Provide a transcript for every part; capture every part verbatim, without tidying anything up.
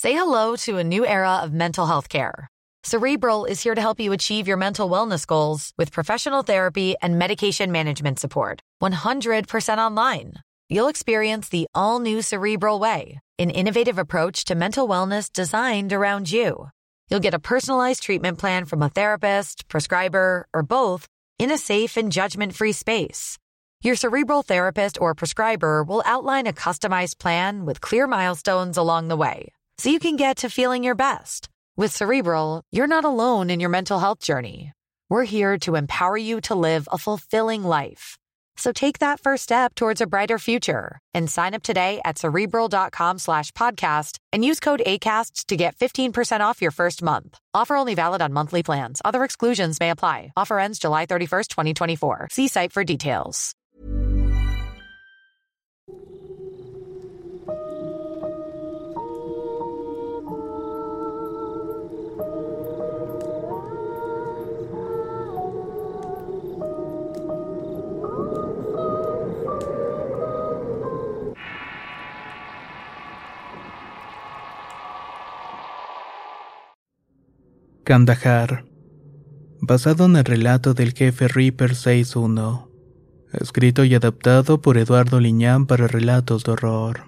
Say hello to a new era of mental health care. Cerebral is here to help you achieve your mental wellness goals with professional therapy and medication management support. one hundred percent online. You'll experience the all-new Cerebral Way, an innovative approach to mental wellness designed around you. You'll get a personalized treatment plan from a therapist, prescriber, or both in a safe and judgment-free space. Your Cerebral therapist or prescriber will outline a customized plan with clear milestones along the way, so you can get to feeling your best. With Cerebral, you're not alone in your mental health journey. We're here to empower you to live a fulfilling life. So take that first step towards a brighter future and sign up today at Cerebral.com slash podcast and use code ACAST to get fifteen percent off your first month. Offer only valid on monthly plans. Other exclusions may apply. Offer ends July thirty-first, twenty twenty-four. See site for details. Kandahar, basado en el relato del jefe Reaper seis uno, escrito y adaptado por Eduardo Liñán para relatos de horror.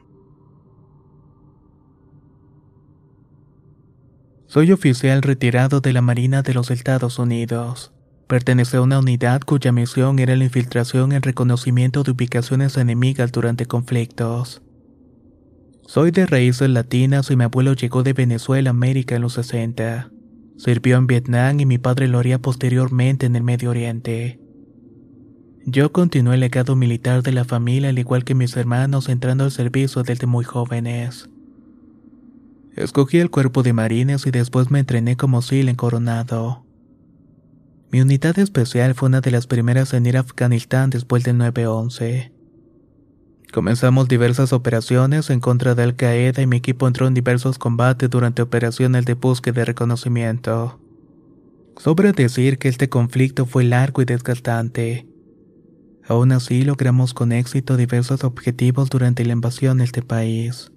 Soy oficial retirado de la Marina de los Estados Unidos. Pertenece a una unidad cuya misión era la infiltración y el reconocimiento de ubicaciones enemigas durante conflictos. Soy de raíces latinas y mi abuelo llegó de Venezuela a América en los sesenta. Sirvió en Vietnam y mi padre lo haría posteriormente en el Medio Oriente. Yo continué el legado militar de la familia al igual que mis hermanos entrando al servicio desde muy jóvenes. Escogí el cuerpo de marines y después me entrené como SEAL en Coronado. Mi unidad especial fue una de las primeras en ir a Afganistán después del nueve once. Comenzamos diversas operaciones en contra de Al Qaeda y mi equipo entró en diversos combates durante operaciones de búsqueda y reconocimiento. Sobra decir que este conflicto fue largo y desgastante. Aún así logramos con éxito diversos objetivos durante la invasión de este país.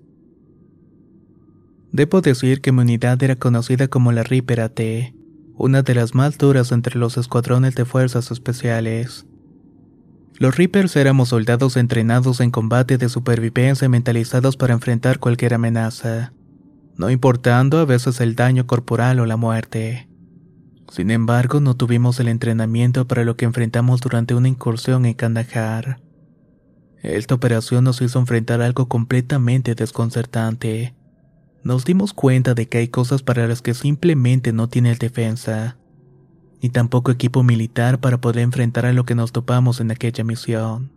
Debo decir que mi unidad era conocida como la Reaper A T, una de las más duras entre los escuadrones de fuerzas especiales. Los Reapers éramos soldados entrenados en combate de supervivencia y mentalizados para enfrentar cualquier amenaza, no importando a veces el daño corporal o la muerte. Sin embargo, no tuvimos el entrenamiento para lo que enfrentamos durante una incursión en Kandahar. Esta operación nos hizo enfrentar algo completamente desconcertante. Nos dimos cuenta de que hay cosas para las que simplemente no tienes defensa, ni tampoco equipo militar para poder enfrentar a lo que nos topamos en aquella misión.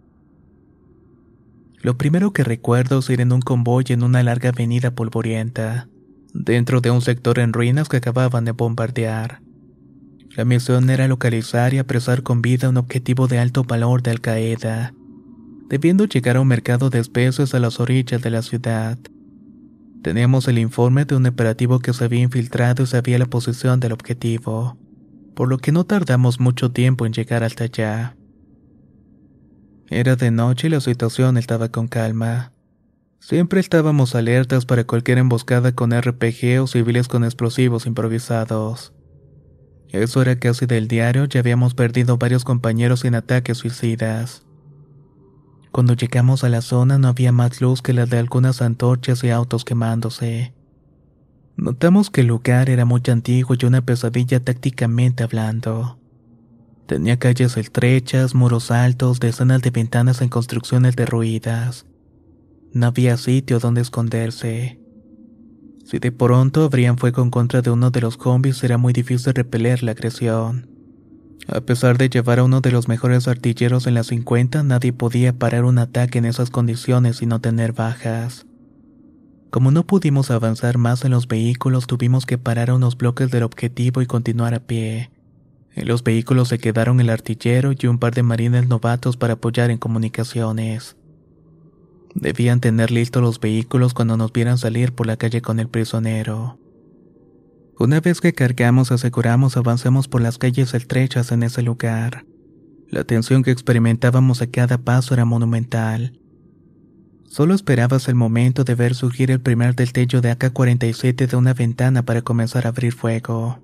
Lo primero que recuerdo es ir en un convoy en una larga avenida polvorienta, dentro de un sector en ruinas que acababan de bombardear. La misión era localizar y apresar con vida un objetivo de alto valor de Al Qaeda, debiendo llegar a un mercado de especies a las orillas de la ciudad. Teníamos el informe de un operativo que se había infiltrado y sabía la posición del objetivo, por lo que no tardamos mucho tiempo en llegar hasta allá. Era de noche y la situación estaba con calma. Siempre estábamos alertas para cualquier emboscada con R P G o civiles con explosivos improvisados. Eso era casi del diario, ya habíamos perdido varios compañeros en ataques suicidas. Cuando llegamos a la zona no había más luz que la de algunas antorchas y autos quemándose. Notamos que el lugar era muy antiguo y una pesadilla tácticamente hablando. Tenía calles estrechas, muros altos, decenas de ventanas en construcciones derruidas. No había sitio donde esconderse. Si de pronto abrían fuego en contra de uno de los zombies, era muy difícil repeler la agresión. A pesar de llevar a uno de los mejores artilleros en la cincuenta, nadie podía parar un ataque en esas condiciones y no tener bajas. Como no pudimos avanzar más en los vehículos, tuvimos que parar a unos bloques del objetivo y continuar a pie. En los vehículos se quedaron el artillero y un par de marines novatos para apoyar en comunicaciones. Debían tener listos los vehículos cuando nos vieran salir por la calle con el prisionero. Una vez que cargamos, aseguramos, avanzamos por las calles estrechas en ese lugar. La tensión que experimentábamos a cada paso era monumental. Solo esperabas el momento de ver surgir el primer destello de A K cuarenta y siete de una ventana para comenzar a abrir fuego.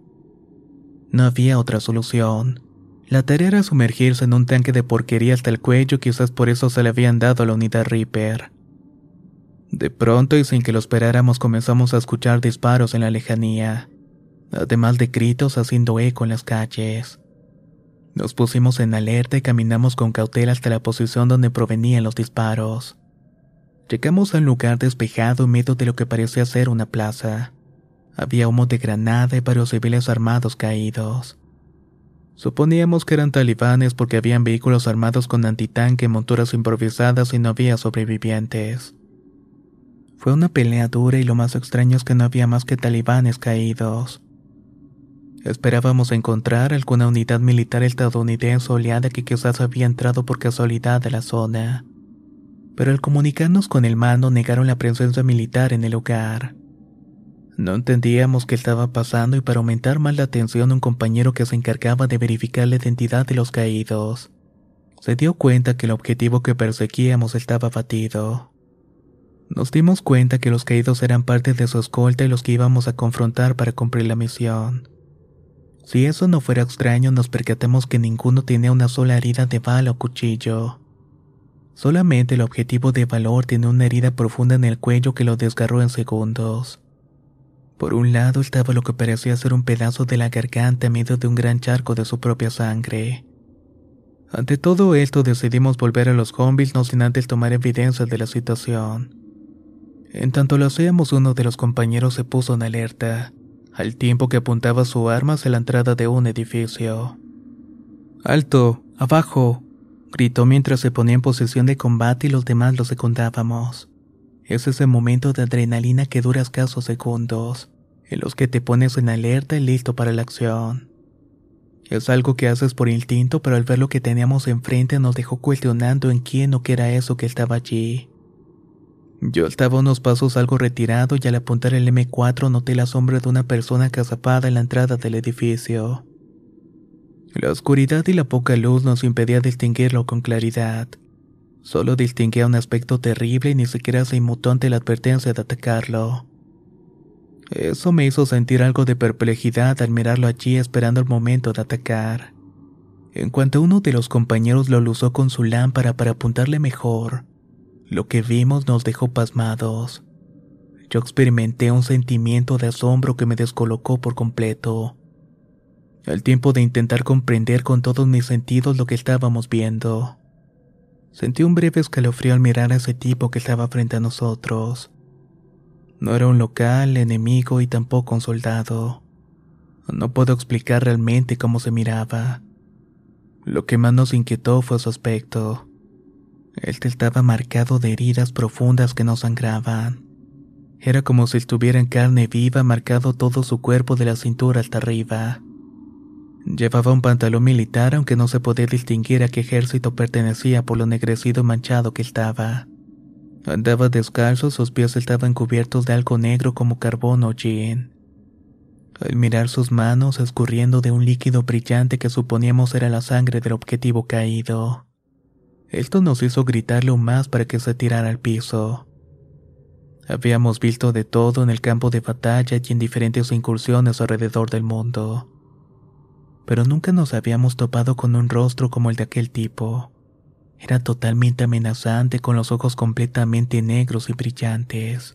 No había otra solución. La tarea era sumergirse en un tanque de porquería hasta el cuello, quizás por eso se le habían dado a la unidad Reaper. De pronto y sin que lo esperáramos comenzamos a escuchar disparos en la lejanía, además de gritos haciendo eco en las calles. Nos pusimos en alerta y caminamos con cautela hasta la posición donde provenían los disparos. Llegamos a un lugar despejado en medio de lo que parecía ser una plaza. Había humo de granada y varios civiles armados caídos. Suponíamos que eran talibanes porque habían vehículos armados con antitanque, monturas improvisadas y no había sobrevivientes. Fue una pelea dura y lo más extraño es que no había más que talibanes caídos. Esperábamos encontrar alguna unidad militar estadounidense oleada que quizás había entrado por casualidad a la zona. Pero al comunicarnos con el mando negaron la presencia militar en el lugar. No entendíamos qué estaba pasando y para aumentar más la atención un compañero que se encargaba de verificar la identidad de los caídos se dio cuenta que el objetivo que perseguíamos estaba abatido. Nos dimos cuenta que los caídos eran parte de su escolta y los que íbamos a confrontar para cumplir la misión. Si eso no fuera extraño, nos percatamos que ninguno tenía una sola herida de bala o cuchillo. Solamente el objetivo de valor tenía una herida profunda en el cuello que lo desgarró en segundos. Por un lado estaba lo que parecía ser un pedazo de la garganta en medio de un gran charco de su propia sangre. Ante todo esto decidimos volver a los zombies no sin antes tomar evidencia de la situación. En tanto lo hacíamos, uno de los compañeros se puso en alerta, al tiempo que apuntaba su arma hacia la entrada de un edificio. «¡Alto! ¡Abajo!», gritó mientras se ponía en posición de combate y los demás lo secundábamos. Es ese momento de adrenalina que dura escasos segundos, en los que te pones en alerta y listo para la acción. Es algo que haces por instinto, pero al ver lo que teníamos enfrente nos dejó cuestionando en quién o qué era eso que estaba allí. Yo estaba unos pasos algo retirado y al apuntar el eme cuatro noté la sombra de una persona agazapada en la entrada del edificio. La oscuridad y la poca luz nos impedía distinguirlo con claridad. Solo distinguía un aspecto terrible y ni siquiera se inmutó ante la advertencia de atacarlo. Eso me hizo sentir algo de perplejidad al mirarlo allí esperando el momento de atacar. En cuanto uno de los compañeros lo luzó con su lámpara para apuntarle mejor, lo que vimos nos dejó pasmados. Yo experimenté un sentimiento de asombro que me descolocó por completo, al tiempo de intentar comprender con todos mis sentidos lo que estábamos viendo. Sentí un breve escalofrío al mirar a ese tipo que estaba frente a nosotros. No era un local, enemigo y tampoco un soldado. No puedo explicar realmente cómo se miraba. Lo que más nos inquietó fue su aspecto. Él estaba marcado de heridas profundas que no sangraban. Era como si estuviera en carne viva, marcado todo su cuerpo de la cintura hasta arriba. Llevaba un pantalón militar, aunque no se podía distinguir a qué ejército pertenecía por lo ennegrecido y manchado que estaba. Andaba descalzo, sus pies estaban cubiertos de algo negro como carbón o jean. Al mirar sus manos escurriendo de un líquido brillante que suponíamos era la sangre del objetivo caído. Esto nos hizo gritarle aún más para que se tirara al piso. Habíamos visto de todo en el campo de batalla y en diferentes incursiones alrededor del mundo, pero nunca nos habíamos topado con un rostro como el de aquel tipo. Era totalmente amenazante, con los ojos completamente negros y brillantes.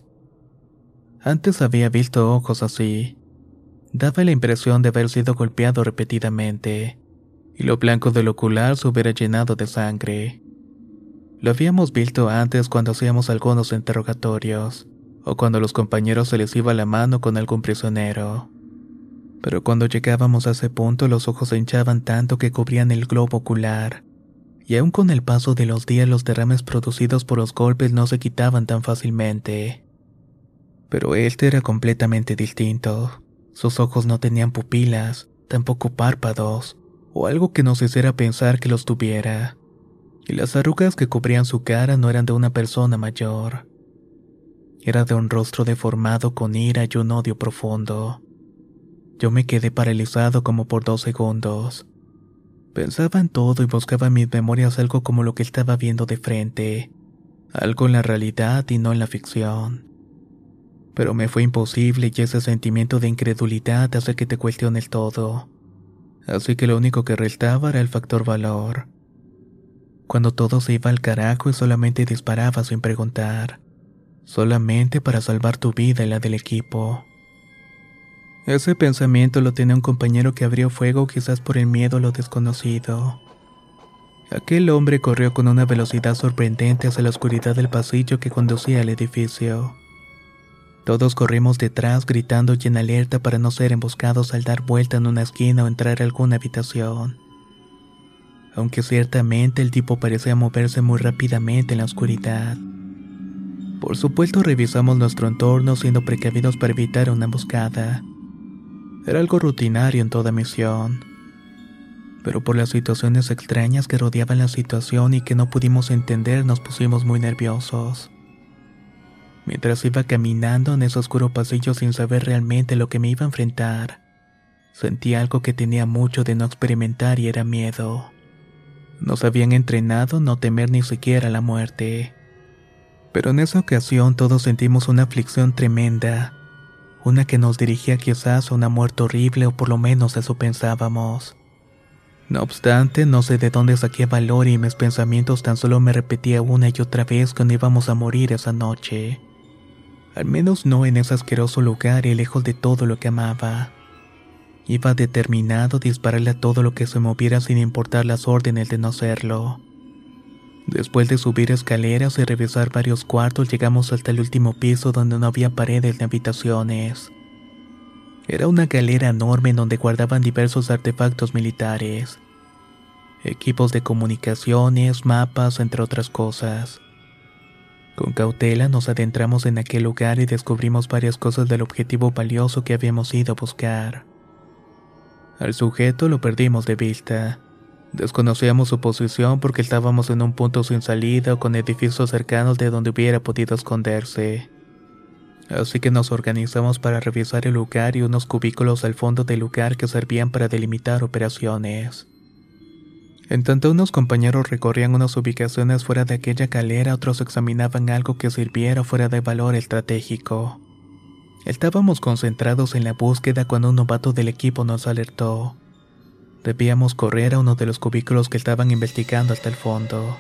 Antes había visto ojos así. Daba la impresión de haber sido golpeado repetidamente, y lo blanco del ocular se hubiera llenado de sangre. Lo habíamos visto antes cuando hacíamos algunos interrogatorios, o cuando a los compañeros se les iba la mano con algún prisionero. Pero cuando llegábamos a ese punto los ojos se hinchaban tanto que cubrían el globo ocular, y aun con el paso de los días los derrames producidos por los golpes no se quitaban tan fácilmente. Pero este era completamente distinto. Sus ojos no tenían pupilas, tampoco párpados, o algo que nos hiciera pensar que los tuviera. Y las arrugas que cubrían su cara no eran de una persona mayor. Era de un rostro deformado con ira y un odio profundo. Yo me quedé paralizado como por dos segundos. Pensaba en todo y buscaba en mis memorias algo como lo que estaba viendo de frente, algo en la realidad y no en la ficción. Pero me fue imposible y ese sentimiento de incredulidad hace que te cuestiones todo. Así que lo único que restaba era el factor valor. Cuando todo se iba al carajo y solamente disparabas sin preguntar. Solamente para salvar tu vida y la del equipo. Ese pensamiento lo tenía un compañero que abrió fuego quizás por el miedo a lo desconocido. Aquel hombre corrió con una velocidad sorprendente hacia la oscuridad del pasillo que conducía al edificio. Todos corrimos detrás gritando y en alerta para no ser emboscados al dar vuelta en una esquina o entrar a alguna habitación. Aunque ciertamente el tipo parecía moverse muy rápidamente en la oscuridad. Por supuesto revisamos nuestro entorno siendo precavidos para evitar una emboscada. Era algo rutinario en toda misión. Pero por las situaciones extrañas que rodeaban la situación y que no pudimos entender nos pusimos muy nerviosos. Mientras iba caminando en ese oscuro pasillo sin saber realmente lo que me iba a enfrentar, sentí algo que tenía mucho de no experimentar y era miedo. Nos habían entrenado a no temer ni siquiera la muerte. Pero en esa ocasión todos sentimos una aflicción tremenda, una que nos dirigía quizás a una muerte horrible o por lo menos eso pensábamos. No obstante, no sé de dónde saqué valor y mis pensamientos tan solo me repetía una y otra vez que no íbamos a morir esa noche. Al menos no en ese asqueroso lugar y lejos de todo lo que amaba. Iba determinado a dispararle a todo lo que se moviera sin importar las órdenes de no hacerlo. Después de subir escaleras y revisar varios cuartos, llegamos hasta el último piso donde no había paredes ni habitaciones. Era una galera enorme en donde guardaban diversos artefactos militares, equipos de comunicaciones, mapas, entre otras cosas. Con cautela nos adentramos en aquel lugar y descubrimos varias cosas del objetivo valioso que habíamos ido a buscar. Al sujeto lo perdimos de vista. Desconocíamos su posición porque estábamos en un punto sin salida o con edificios cercanos de donde hubiera podido esconderse. Así que nos organizamos para revisar el lugar y unos cubículos al fondo del lugar que servían para delimitar operaciones. En tanto unos compañeros recorrían unas ubicaciones fuera de aquella galera, otros examinaban algo que sirviera fuera de valor estratégico. Estábamos concentrados en la búsqueda cuando un novato del equipo nos alertó. Debíamos correr a uno de los cubículos que estaban investigando hasta el fondo.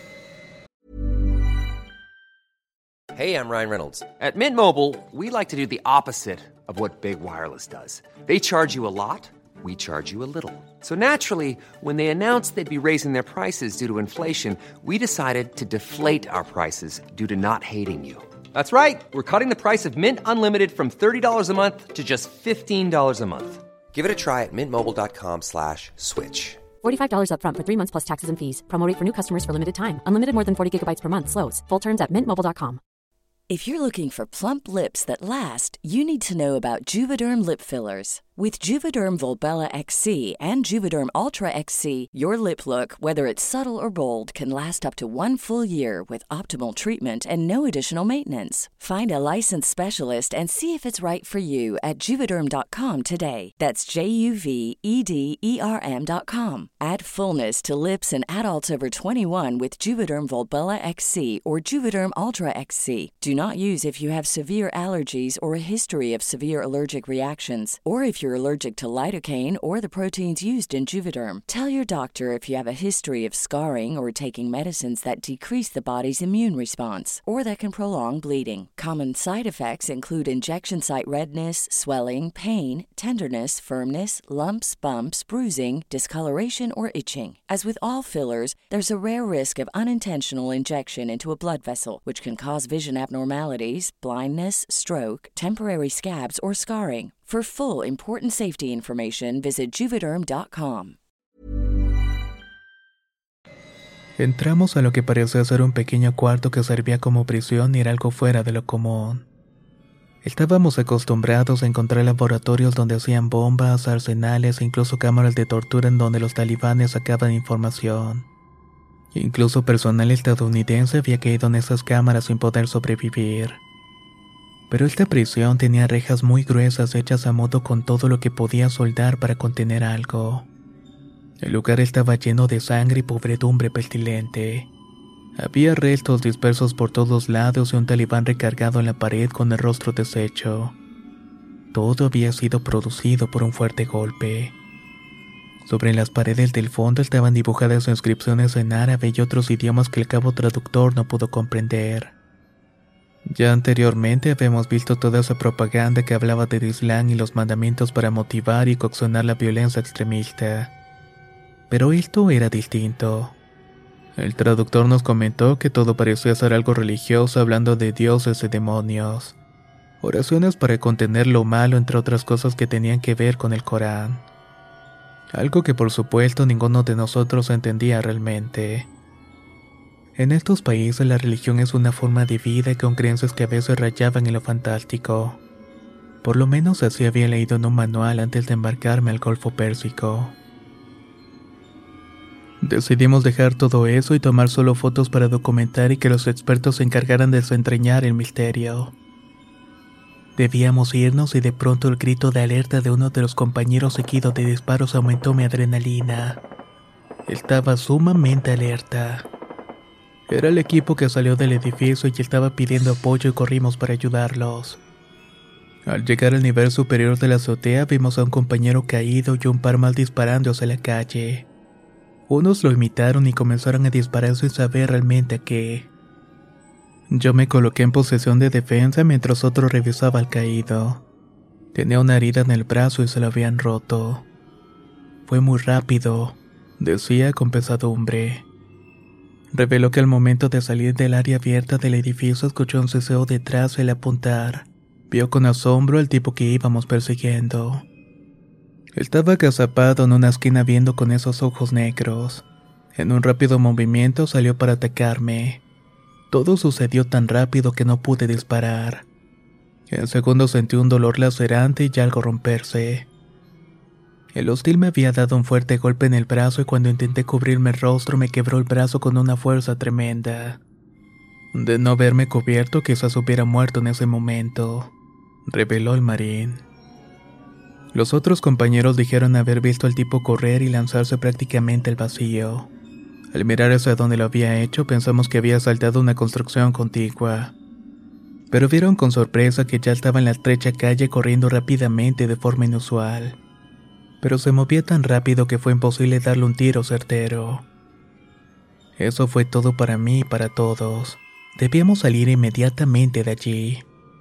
Hey, I'm Ryan Reynolds. At Mint Mobile, we like to do the opposite of what Big Wireless does. They charge you a lot. We charge you a little. So naturally, when they announced they'd be raising their prices due to inflation, we decided to deflate our prices due to not hating you. That's right. We're cutting the price of Mint Unlimited from thirty dollars a month to just fifteen dollars a month. Give it a try at mintmobile.com slash switch. forty-five dollars up front for three months plus taxes and fees. Promo rate for new customers for limited time. Unlimited more than forty gigabytes per month slows. Full terms at mint mobile dot com. If you're looking for plump lips that last, you need to know about Juvederm lip fillers. With Juvederm Volbella X C and Juvederm Ultra X C, your lip look, whether it's subtle or bold, can last up to one full year with optimal treatment and no additional maintenance. Find a licensed specialist and see if it's right for you at Juvederm dot com today. That's J U V E D E R M dot com. Add fullness to lips in adults over twenty-one with Juvederm Volbella X C or Juvederm Ultra X C. Do not use if you have severe allergies or a history of severe allergic reactions, or if you're allergic to lidocaine or the proteins used in Juvederm. Tell your doctor if you have a history of scarring or taking medicines that decrease the body's immune response or that can prolong bleeding. Common side effects include injection site redness, swelling, pain, tenderness, firmness, lumps, bumps, bruising, discoloration, or itching. As with all fillers, there's a rare risk of unintentional injection into a blood vessel, which can cause vision abnormalities, blindness, stroke, temporary scabs, or scarring. For full important safety information, visit Juvederm dot com. Entramos a lo que parecía ser un pequeño cuarto que servía como prisión y era algo fuera de lo común. Estábamos acostumbrados a encontrar laboratorios donde hacían bombas, arsenales e incluso cámaras de tortura en donde los talibanes sacaban información. Incluso personal estadounidense había caído en esas cámaras sin poder sobrevivir. Pero esta prisión tenía rejas muy gruesas hechas a modo con todo lo que podía soldar para contener algo. El lugar estaba lleno de sangre y podredumbre pestilente. Había restos dispersos por todos lados y un talibán recargado en la pared con el rostro deshecho. Todo había sido producido por un fuerte golpe. Sobre las paredes del fondo estaban dibujadas inscripciones en árabe y otros idiomas que el cabo traductor no pudo comprender. Ya anteriormente habíamos visto toda esa propaganda que hablaba del Islam y los mandamientos para motivar y coaccionar la violencia extremista. Pero esto era distinto. El traductor nos comentó que todo parecía ser algo religioso, hablando de dioses y demonios. Oraciones para contener lo malo, entre otras cosas que tenían que ver con el Corán. Algo que por supuesto ninguno de nosotros entendía realmente. En estos países la religión es una forma de vida con creencias que a veces rayaban en lo fantástico. Por lo menos así había leído en un manual antes de embarcarme al Golfo Pérsico. Decidimos dejar todo eso y tomar solo fotos para documentar y que los expertos se encargaran de desentrañar el misterio. Debíamos irnos y de pronto el grito de alerta de uno de los compañeros seguido de disparos aumentó mi adrenalina. Estaba sumamente alerta. Era el equipo que salió del edificio y estaba pidiendo apoyo y corrimos para ayudarlos. Al llegar al nivel superior de la azotea vimos a un compañero caído y un par más disparando hacia la calle. Unos lo imitaron y comenzaron a disparar sin saber realmente a qué. Yo me coloqué en posición de defensa mientras otro revisaba al caído. Tenía una herida en el brazo y se lo habían roto. Fue muy rápido, decía con pesadumbre. Reveló que al momento de salir del área abierta del edificio escuchó un ceseo detrás y al apuntar, vio con asombro al tipo que íbamos persiguiendo. Estaba agazapado en una esquina viendo con esos ojos negros. En un rápido movimiento salió para atacarme. Todo sucedió tan rápido que no pude disparar. En segundos sentí un dolor lacerante y algo romperse. El hostil me había dado un fuerte golpe en el brazo y cuando intenté cubrirme el rostro me quebró el brazo con una fuerza tremenda. De no haberme cubierto quizás hubiera muerto en ese momento, reveló el marín. Los otros compañeros dijeron haber visto al tipo correr y lanzarse prácticamente al vacío. Al mirar hacia donde lo había hecho, pensamos que había saltado una construcción contigua. Pero vieron con sorpresa que ya estaba en la estrecha calle corriendo rápidamente de forma inusual. Pero se movía tan rápido que fue imposible darle un tiro certero. Eso fue todo para mí y para todos. Debíamos salir inmediatamente de allí.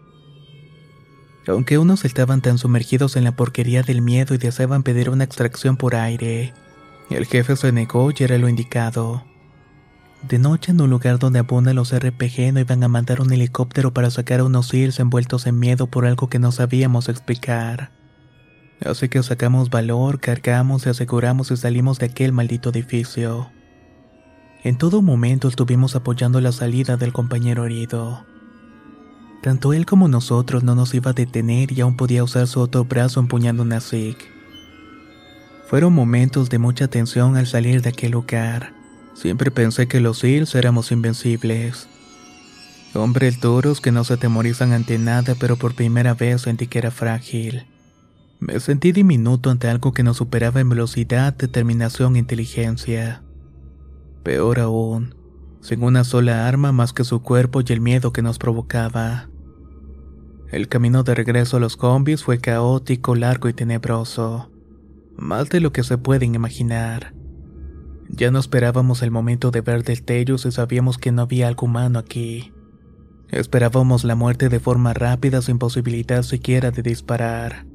Aunque unos estaban tan sumergidos en la porquería del miedo y deseaban pedir una extracción por aire, el jefe se negó y era lo indicado. De noche en un lugar donde abundan los R P G no iban a mandar un helicóptero para sacar a unos S E A Ls envueltos en miedo por algo que no sabíamos explicar. Así que sacamos valor, cargamos y aseguramos y salimos de aquel maldito edificio. En todo momento estuvimos apoyando la salida del compañero herido. Tanto él como nosotros no nos iba a detener y aún podía usar su otro brazo empuñando una S I G. Fueron momentos de mucha tensión al salir de aquel lugar. Siempre pensé que los S E A Ls éramos invencibles. Hombres duros que no se atemorizan ante nada, pero por primera vez sentí que era frágil. Me sentí diminuto ante algo que nos superaba en velocidad, determinación e inteligencia. Peor aún, sin una sola arma más que su cuerpo y el miedo que nos provocaba. El camino de regreso a los combis fue caótico, largo y tenebroso. Más de lo que se pueden imaginar. Ya no esperábamos el momento de ver destellos y sabíamos que no había algo humano aquí. Esperábamos la muerte de forma rápida sin posibilidad siquiera de disparar.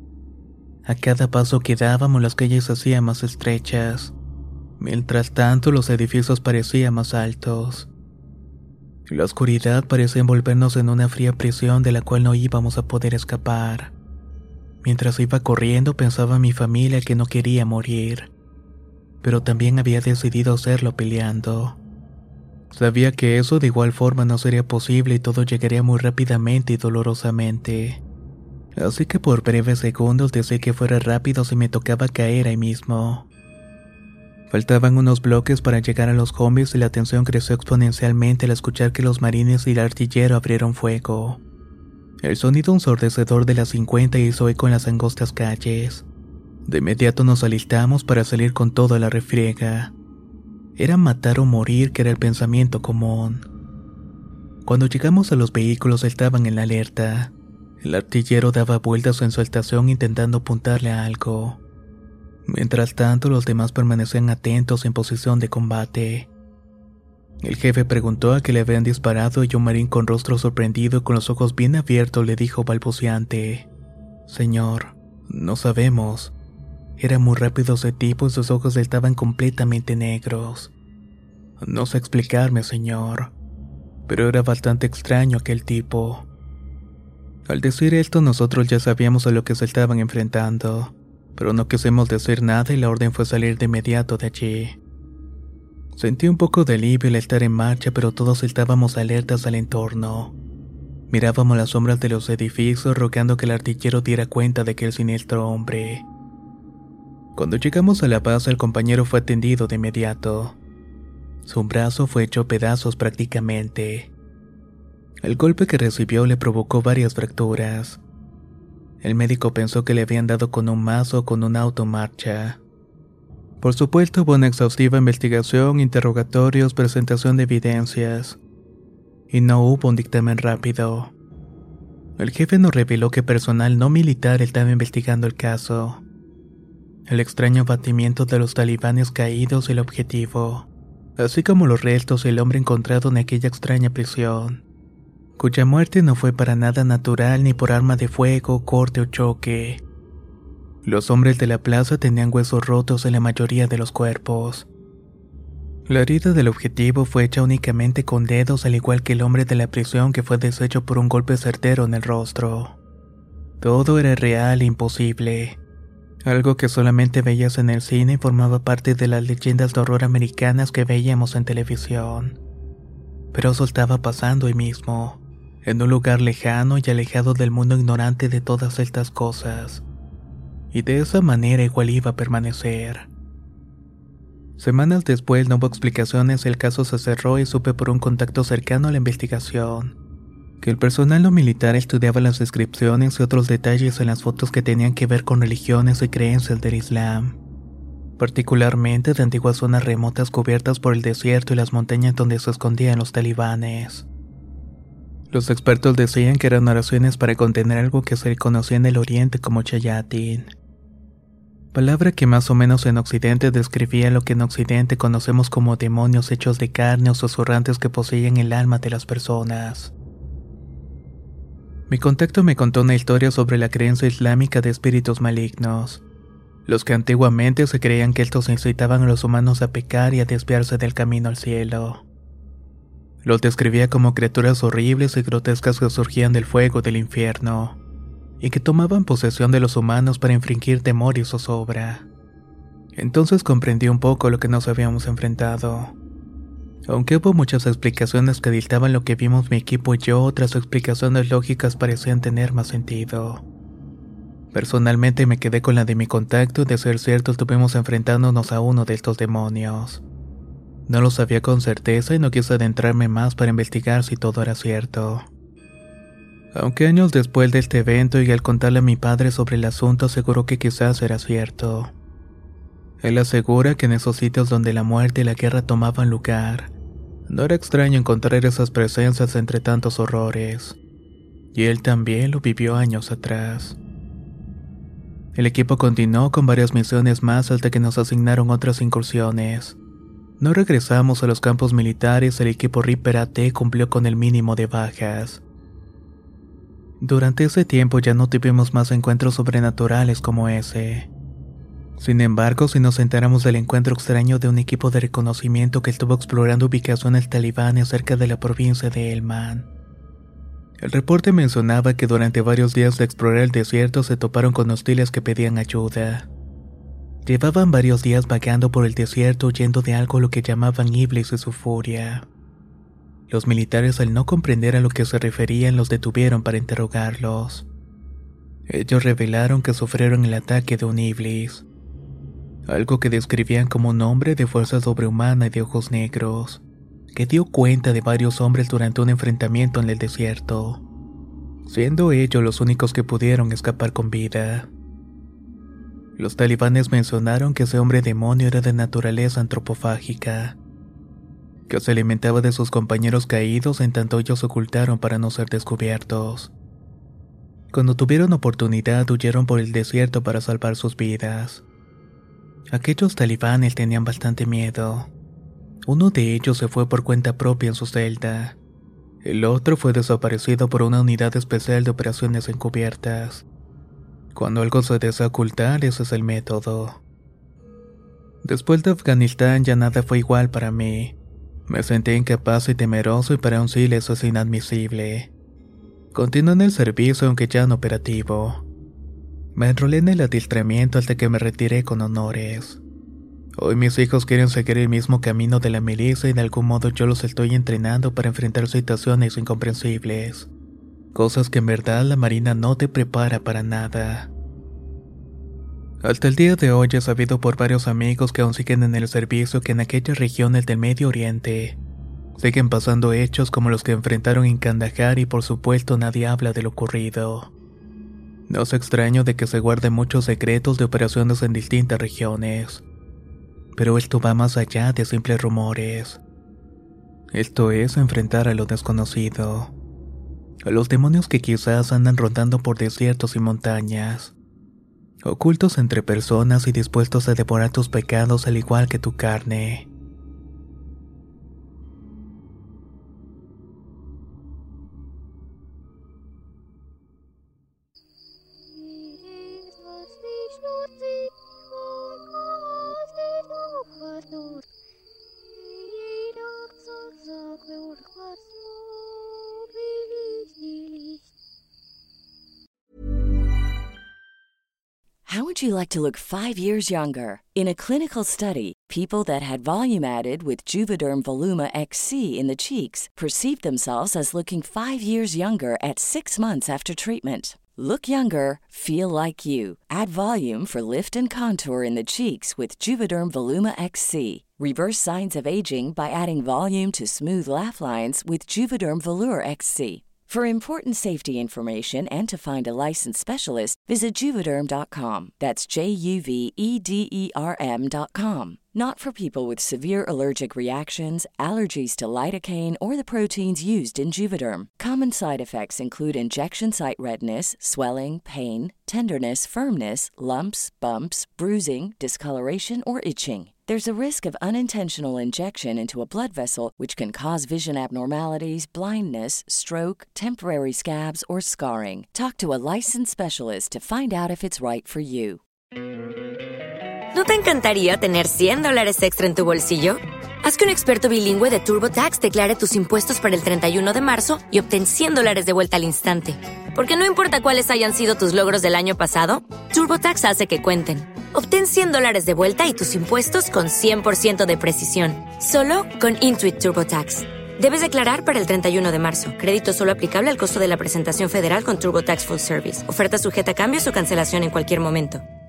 A cada paso que dábamos las calles se hacían más estrechas. Mientras tanto los edificios parecían más altos. La oscuridad parecía envolvernos en una fría prisión de la cual no íbamos a poder escapar. Mientras iba corriendo pensaba en mi familia que no quería morir, pero también había decidido hacerlo peleando. Sabía que eso de igual forma no sería posible y todo llegaría muy rápidamente y dolorosamente. Así que por breves segundos deseé que fuera rápido si me tocaba caer ahí mismo. Faltaban unos bloques para llegar a los combis y la tensión creció exponencialmente al escuchar que los marines y el artillero abrieron fuego. El sonido ensordecedor de las cincuenta hizo eco en las angostas calles. De inmediato nos alistamos para salir con toda la refriega. Era matar o morir, que era el pensamiento común. Cuando llegamos a los vehículos estaban en la alerta. El artillero daba vueltas en su estación intentando apuntarle a algo. Mientras tanto, los demás permanecían atentos en posición de combate. El jefe preguntó a qué le habían disparado y un marín con rostro sorprendido y con los ojos bien abiertos le dijo balbuceante: «Señor, no sabemos». Era muy rápido ese tipo y sus ojos estaban completamente negros. «No sé explicarme, señor, pero era bastante extraño aquel tipo». Al decir esto, nosotros ya sabíamos a lo que se estaban enfrentando, pero no quisimos decir nada y la orden fue salir de inmediato de allí. Sentí un poco de alivio al estar en marcha, pero todos estábamos alertas al entorno. Mirábamos las sombras de los edificios, rogando que el artillero diera cuenta de aquel siniestro hombre. Cuando llegamos a la base, el compañero fue atendido de inmediato. Su brazo fue hecho pedazos prácticamente. El golpe que recibió le provocó varias fracturas. El médico pensó que le habían dado con un mazo o con un auto en marcha. Por supuesto, hubo una exhaustiva investigación, interrogatorios, presentación de evidencias. Y no hubo un dictamen rápido. El jefe nos reveló que personal no militar estaba investigando el caso. El extraño abatimiento de los talibanes caídos y el objetivo, así como los restos del hombre encontrado en aquella extraña prisión, cuya muerte no fue para nada natural ni por arma de fuego, corte o choque. Los hombres de la plaza tenían huesos rotos en la mayoría de los cuerpos. La herida del objetivo fue hecha únicamente con dedos, al igual que el hombre de la prisión, que fue deshecho por un golpe certero en el rostro. Todo era real e imposible. Algo que solamente veías en el cine y formaba parte de las leyendas de horror americanas que veíamos en televisión. Pero eso estaba pasando hoy mismo, en un lugar lejano y alejado del mundo ignorante de todas estas cosas. Y de esa manera igual iba a permanecer. Semanas después no hubo explicaciones, el caso se cerró y supe por un contacto cercano a la investigación que el personal no militar estudiaba las descripciones y otros detalles en las fotos que tenían que ver con religiones y creencias del Islam, particularmente de antiguas zonas remotas cubiertas por el desierto y las montañas donde se escondían los talibanes. Los expertos decían que eran oraciones para contener algo que se conocía en el oriente como Shayatin, palabra que más o menos en Occidente describía lo que en Occidente conocemos como demonios hechos de carne o susurrantes que poseían el alma de las personas. Mi contacto me contó una historia sobre la creencia islámica de espíritus malignos, los que antiguamente se creían que estos incitaban a los humanos a pecar y a desviarse del camino al cielo. Los describía como criaturas horribles y grotescas que surgían del fuego del infierno, y que tomaban posesión de los humanos para infringir temor y zozobra. Entonces comprendí un poco lo que nos habíamos enfrentado. Aunque hubo muchas explicaciones que dictaban lo que vimos mi equipo y yo, otras explicaciones lógicas parecían tener más sentido. Personalmente me quedé con la de mi contacto y, de ser cierto, estuvimos enfrentándonos a uno de estos demonios. No lo sabía con certeza y no quise adentrarme más para investigar si todo era cierto. Aunque años después de este evento y al contarle a mi padre sobre el asunto, aseguró que quizás era cierto. Él asegura que en esos sitios donde la muerte y la guerra tomaban lugar, no era extraño encontrar esas presencias entre tantos horrores. Y él también lo vivió años atrás. El equipo continuó con varias misiones más hasta que nos asignaron otras incursiones. No regresamos a los campos militares, el equipo Reaper A T cumplió con el mínimo de bajas. Durante ese tiempo ya no tuvimos más encuentros sobrenaturales como ese. Sin embargo, si nos enteramos del encuentro extraño de un equipo de reconocimiento que estuvo explorando ubicaciones talibanes cerca de la provincia de Helmand. El reporte mencionaba que durante varios días de explorar el desierto se toparon con hostiles que pedían ayuda. Llevaban varios días vagando por el desierto huyendo de algo a lo que llamaban Iblis y su furia. Los militares, al no comprender a lo que se referían, los detuvieron para interrogarlos. Ellos revelaron que sufrieron el ataque de un Iblis, algo que describían como un hombre de fuerza sobrehumana y de ojos negros, que dio cuenta de varios hombres durante un enfrentamiento en el desierto, siendo ellos los únicos que pudieron escapar con vida. Los talibanes mencionaron que ese hombre demonio era de naturaleza antropofágica, que se alimentaba de sus compañeros caídos en tanto ellos se ocultaron para no ser descubiertos. Cuando tuvieron oportunidad huyeron por el desierto para salvar sus vidas. Aquellos talibanes tenían bastante miedo. Uno de ellos se fue por cuenta propia en su celda. El otro fue desaparecido por una unidad especial de operaciones encubiertas. Cuando algo se desea ocultar, ese es el método. Después de Afganistán ya nada fue igual para mí. Me sentí incapaz y temeroso y para un civil eso es inadmisible. Continué en el servicio aunque ya no operativo. Me enrolé en el adiestramiento hasta que me retiré con honores. Hoy mis hijos quieren seguir el mismo camino de la milicia y de algún modo yo los estoy entrenando para enfrentar situaciones incomprensibles. Cosas que en verdad la Marina no te prepara para nada. Hasta el día de hoy he sabido por varios amigos que aún siguen en el servicio que en aquellas regiones del Medio Oriente siguen pasando hechos como los que enfrentaron en Kandahar y por supuesto nadie habla de lo ocurrido. No es extraño de que se guarden muchos secretos de operaciones en distintas regiones. Pero esto va más allá de simples rumores. Esto es enfrentar a lo desconocido. A los demonios que quizás andan rondando por desiertos y montañas. Ocultos entre personas y dispuestos a devorar tus pecados al igual que tu carne. How would you like to look five years younger? In a clinical study, people that had volume added with Juvederm Voluma X C in the cheeks perceived themselves as looking five years younger at six months after treatment. Look younger, feel like you. Add volume for lift and contour in the cheeks with Juvederm Voluma X C. Reverse signs of aging by adding volume to smooth laugh lines with Juvederm Volure X C. For important safety information and to find a licensed specialist, visit Juvederm dot com. That's J U V E D E R M dot com. Not for people with severe allergic reactions, allergies to lidocaine, or the proteins used in Juvederm. Common side effects include injection site redness, swelling, pain, tenderness, firmness, lumps, bumps, bruising, discoloration, or itching. There's a risk of unintentional injection into a blood vessel, which can cause vision abnormalities, blindness, stroke, temporary scabs, or scarring. Talk to a licensed specialist to find out if it's right for you. ¿No te encantaría tener cien dólares extra en tu bolsillo? Haz que un experto bilingüe de TurboTax declare tus impuestos para el treinta y uno de marzo y obtén cien dólares de vuelta al instante. Porque no importa cuáles hayan sido tus logros del año pasado, TurboTax hace que cuenten. Obtén cien dólares de vuelta y tus impuestos con cien por ciento de precisión. Solo con Intuit TurboTax. Debes declarar para el treinta y uno de marzo. Crédito solo aplicable al costo de la presentación federal con TurboTax Full Service. Oferta sujeta a cambios o cancelación en cualquier momento.